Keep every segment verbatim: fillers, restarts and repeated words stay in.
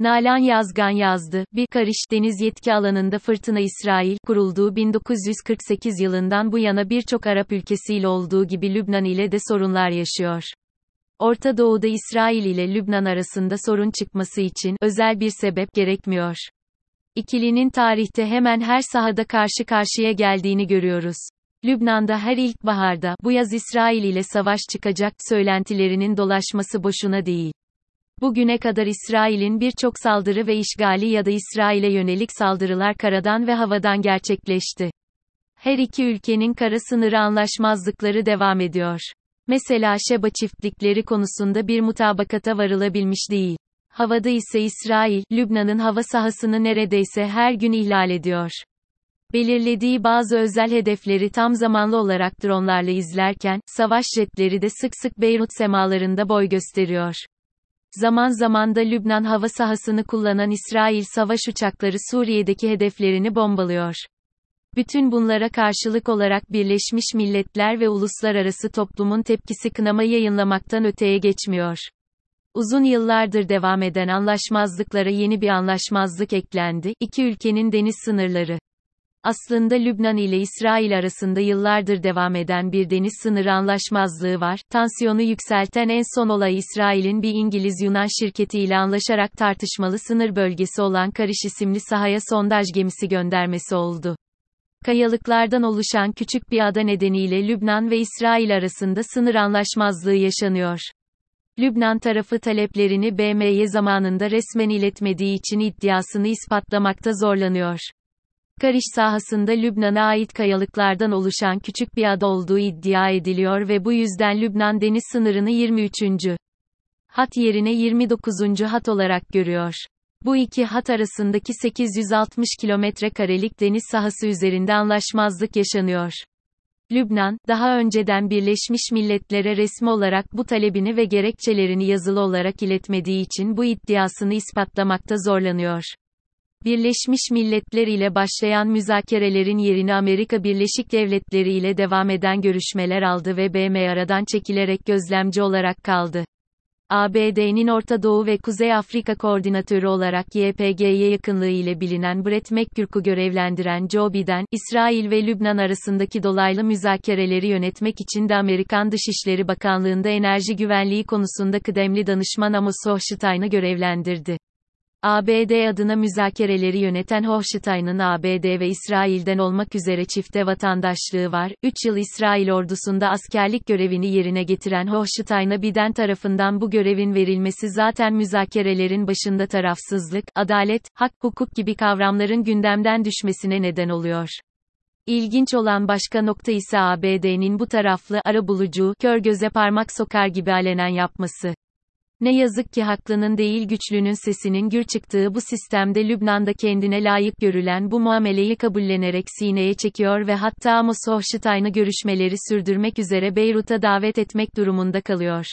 Nalan Yazgan yazdı. Bir karış deniz yetki alanında fırtına İsrail, kurulduğu bin dokuz yüz kırk sekiz yılından bu yana birçok Arap ülkesiyle olduğu gibi Lübnan ile de sorunlar yaşıyor. Orta Doğu'da İsrail ile Lübnan arasında sorun çıkması için özel bir sebep gerekmiyor. İkilinin tarihte hemen her sahada karşı karşıya geldiğini görüyoruz. Lübnan'da her ilkbaharda bu yaz İsrail ile savaş çıkacak söylentilerinin dolaşması boşuna değil. Bugüne kadar İsrail'in birçok saldırı ve işgali ya da İsrail'e yönelik saldırılar karadan ve havadan gerçekleşti. Her iki ülkenin kara sınırı anlaşmazlıkları devam ediyor. Mesela Şeba çiftlikleri konusunda bir mutabakata varılabilmiş değil. Havada ise İsrail, Lübnan'ın hava sahasını neredeyse her gün ihlal ediyor. Belirlediği bazı özel hedefleri tam zamanlı olarak dronlarla izlerken, savaş jetleri de sık sık Beyrut semalarında boy gösteriyor. Zaman zaman da Lübnan hava sahasını kullanan İsrail savaş uçakları Suriye'deki hedeflerini bombalıyor. Bütün bunlara karşılık olarak Birleşmiş Milletler ve uluslararası toplumun tepkisi kınama yayınlamaktan öteye geçmiyor. Uzun yıllardır devam eden anlaşmazlıklara yeni bir anlaşmazlık eklendi, iki ülkenin deniz sınırları. Aslında Lübnan ile İsrail arasında yıllardır devam eden bir deniz sınırı anlaşmazlığı var. Tansiyonu yükselten en son olay İsrail'in bir İngiliz-Yunan şirketi ile anlaşarak tartışmalı sınır bölgesi olan Kariş isimli sahaya sondaj gemisi göndermesi oldu. Kayalıklardan oluşan küçük bir ada nedeniyle Lübnan ve İsrail arasında sınır anlaşmazlığı yaşanıyor. Lübnan tarafı taleplerini B M Y zamanında resmen iletmediği için iddiasını ispatlamakta zorlanıyor. Kariş sahasında Lübnan'a ait kayalıklardan oluşan küçük bir ada olduğu iddia ediliyor ve bu yüzden Lübnan deniz sınırını yirmi üçüncü hat yerine yirmi dokuzuncu hat olarak görüyor. Bu iki hat arasındaki sekiz yüz altmış kilometre karelik deniz sahası üzerinde anlaşmazlık yaşanıyor. Lübnan, daha önceden Birleşmiş Milletler'e resmi olarak bu talebini ve gerekçelerini yazılı olarak iletmediği için bu iddiasını ispatlamakta zorlanıyor. Birleşmiş Milletler ile başlayan müzakerelerin yerini Amerika Birleşik Devletleri ile devam eden görüşmeler aldı ve B M aradan çekilerek gözlemci olarak kaldı. A B D'nin Orta Doğu ve Kuzey Afrika koordinatörü olarak Y P G'ye yakınlığı ile bilinen Brett McGurk'u görevlendiren Joe Biden, İsrail ve Lübnan arasındaki dolaylı müzakereleri yönetmek için de Amerikan Dışişleri Bakanlığı'nda enerji güvenliği konusunda kıdemli danışman Amos Hochstein'ı görevlendirdi. A B D adına müzakereleri yöneten Hochstein'ın A B D ve İsrail'den olmak üzere çifte vatandaşlığı var. üç yıl İsrail ordusunda askerlik görevini yerine getiren Hochstein'a Biden tarafından bu görevin verilmesi zaten müzakerelerin başında tarafsızlık, adalet, hak, hukuk gibi kavramların gündemden düşmesine neden oluyor. İlginç olan başka nokta ise A B D'nin bu taraflı, arabulucu, kör göze parmak sokar gibi alenen yapması. Ne yazık ki haklının değil güçlünün sesinin gür çıktığı bu sistemde Lübnan'da kendine layık görülen bu muameleyi kabullenerek sineye çekiyor ve hatta Amos Hochstein'ı görüşmeleri sürdürmek üzere Beyrut'a davet etmek durumunda kalıyor.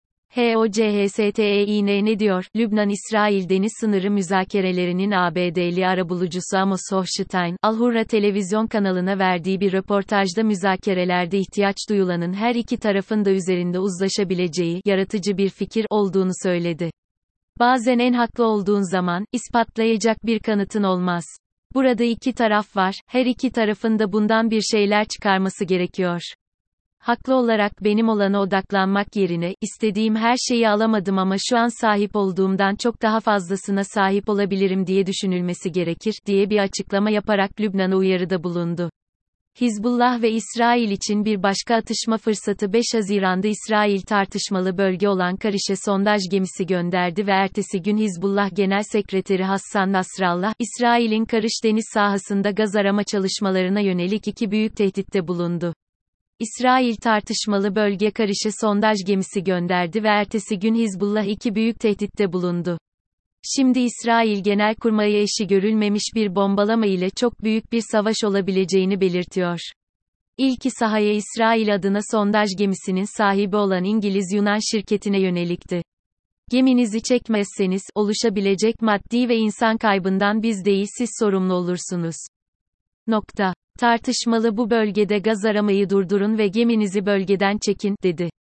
Hochstein ne diyor? Lübnan-İsrail deniz sınırı müzakerelerinin A B D'li arabulucusu Amos Hochstein, Al Hurra televizyon kanalına verdiği bir röportajda müzakerelerde ihtiyaç duyulanın her iki tarafın da üzerinde uzlaşabileceği, yaratıcı bir fikir olduğunu söyledi. Bazen en haklı olduğun zaman, ispatlayacak bir kanıtın olmaz. Burada iki taraf var, her iki tarafın da bundan bir şeyler çıkarması gerekiyor. Haklı olarak benim olana odaklanmak yerine, istediğim her şeyi alamadım ama şu an sahip olduğumdan çok daha fazlasına sahip olabilirim diye düşünülmesi gerekir, diye bir açıklama yaparak Lübnan'a uyarıda bulundu. Hizbullah ve İsrail için bir başka atışma fırsatı beş Haziran'da İsrail tartışmalı bölge olan Kariş'e sondaj gemisi gönderdi ve ertesi gün Hizbullah Genel Sekreteri Hassan Nasrallah, İsrail'in Karış deniz sahasında gaz arama çalışmalarına yönelik iki büyük tehditte bulundu. İsrail tartışmalı bölge Kariş'e sondaj gemisi gönderdi ve ertesi gün Hizbullah iki büyük tehditte bulundu. Şimdi İsrail Genelkurmayı eşi görülmemiş bir bombalama ile çok büyük bir savaş olabileceğini belirtiyor. İlki sahaya İsrail adına sondaj gemisinin sahibi olan İngiliz-Yunan şirketine yönelikti. Geminizi çekmezseniz, oluşabilecek maddi ve insan kaybından biz değil siz sorumlu olursunuz. Nokta. Tartışmalı bu bölgede gaz aramayı durdurun ve geminizi bölgeden çekin, dedi.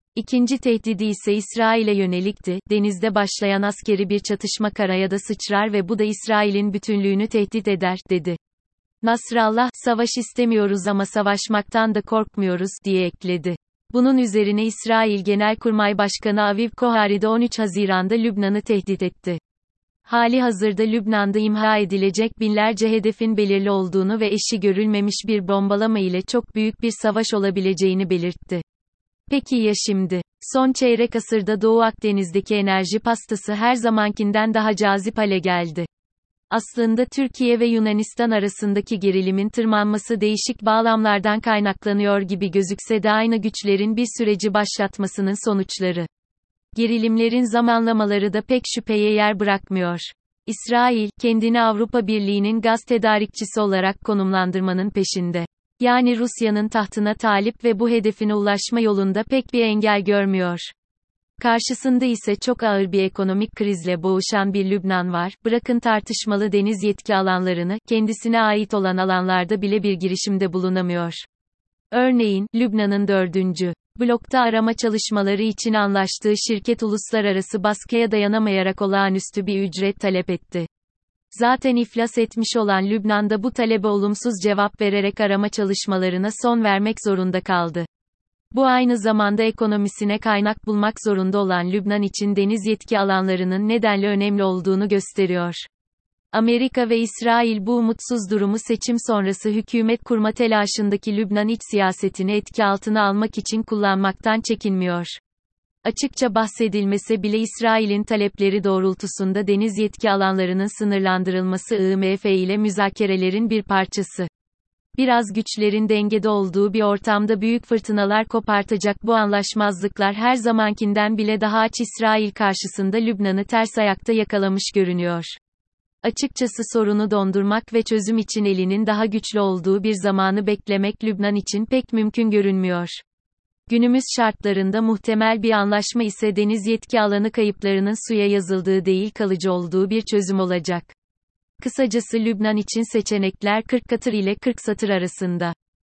İkinci tehdidi ise İsrail'e yönelikti. Denizde başlayan askeri bir çatışma karaya da sıçrar ve bu da İsrail'in bütünlüğünü tehdit eder, dedi. Nasrallah, savaş istemiyoruz ama savaşmaktan da korkmuyoruz, diye ekledi. Bunun üzerine İsrail Genelkurmay Başkanı Aviv Koharie de on üç Haziran'da Lübnan'ı tehdit etti. Hali hazırda Lübnan'da imha edilecek binlerce hedefin belirli olduğunu ve eşi görülmemiş bir bombalama ile çok büyük bir savaş olabileceğini belirtti. Peki ya şimdi? Son çeyrek asırda Doğu Akdeniz'deki enerji pastası her zamankinden daha cazip hale geldi. Aslında Türkiye ve Yunanistan arasındaki gerilimin tırmanması değişik bağlamlardan kaynaklanıyor gibi gözükse de aynı güçlerin bir süreci başlatmasının sonuçları. Gerilimlerin zamanlamaları da pek şüpheye yer bırakmıyor. İsrail, kendini Avrupa Birliği'nin gaz tedarikçisi olarak konumlandırmanın peşinde. Yani Rusya'nın tahtına talip ve bu hedefine ulaşma yolunda pek bir engel görmüyor. Karşısında ise çok ağır bir ekonomik krizle boğuşan bir Lübnan var. Bırakın tartışmalı deniz yetki alanlarını, kendisine ait olan alanlarda bile bir girişimde bulunamıyor. Örneğin, Lübnan'ın dördüncü blokta arama çalışmaları için anlaştığı şirket uluslararası baskıya dayanamayarak olağanüstü bir ücret talep etti. Zaten iflas etmiş olan Lübnan'da bu talebe olumsuz cevap vererek arama çalışmalarına son vermek zorunda kaldı. Bu aynı zamanda ekonomisine kaynak bulmak zorunda olan Lübnan için deniz yetki alanlarının nedenle önemli olduğunu gösteriyor. Amerika ve İsrail bu umutsuz durumu seçim sonrası hükümet kurma telaşındaki Lübnan iç siyasetini etki altına almak için kullanmaktan çekinmiyor. Açıkça bahsedilmese bile İsrail'in talepleri doğrultusunda deniz yetki alanlarının sınırlandırılması I M F ile müzakerelerin bir parçası. Biraz güçlerin dengede olduğu bir ortamda büyük fırtınalar kopartacak bu anlaşmazlıklar her zamankinden bile daha aç İsrail karşısında Lübnan'ı ters ayakta yakalamış görünüyor. Açıkçası sorunu dondurmak ve çözüm için elinin daha güçlü olduğu bir zamanı beklemek Lübnan için pek mümkün görünmüyor. Günümüz şartlarında muhtemel bir anlaşma ise deniz yetki alanı kayıplarının suya yazıldığı değil kalıcı olduğu bir çözüm olacak. Kısacası Lübnan için seçenekler kırk satır ile kırk satır arasında.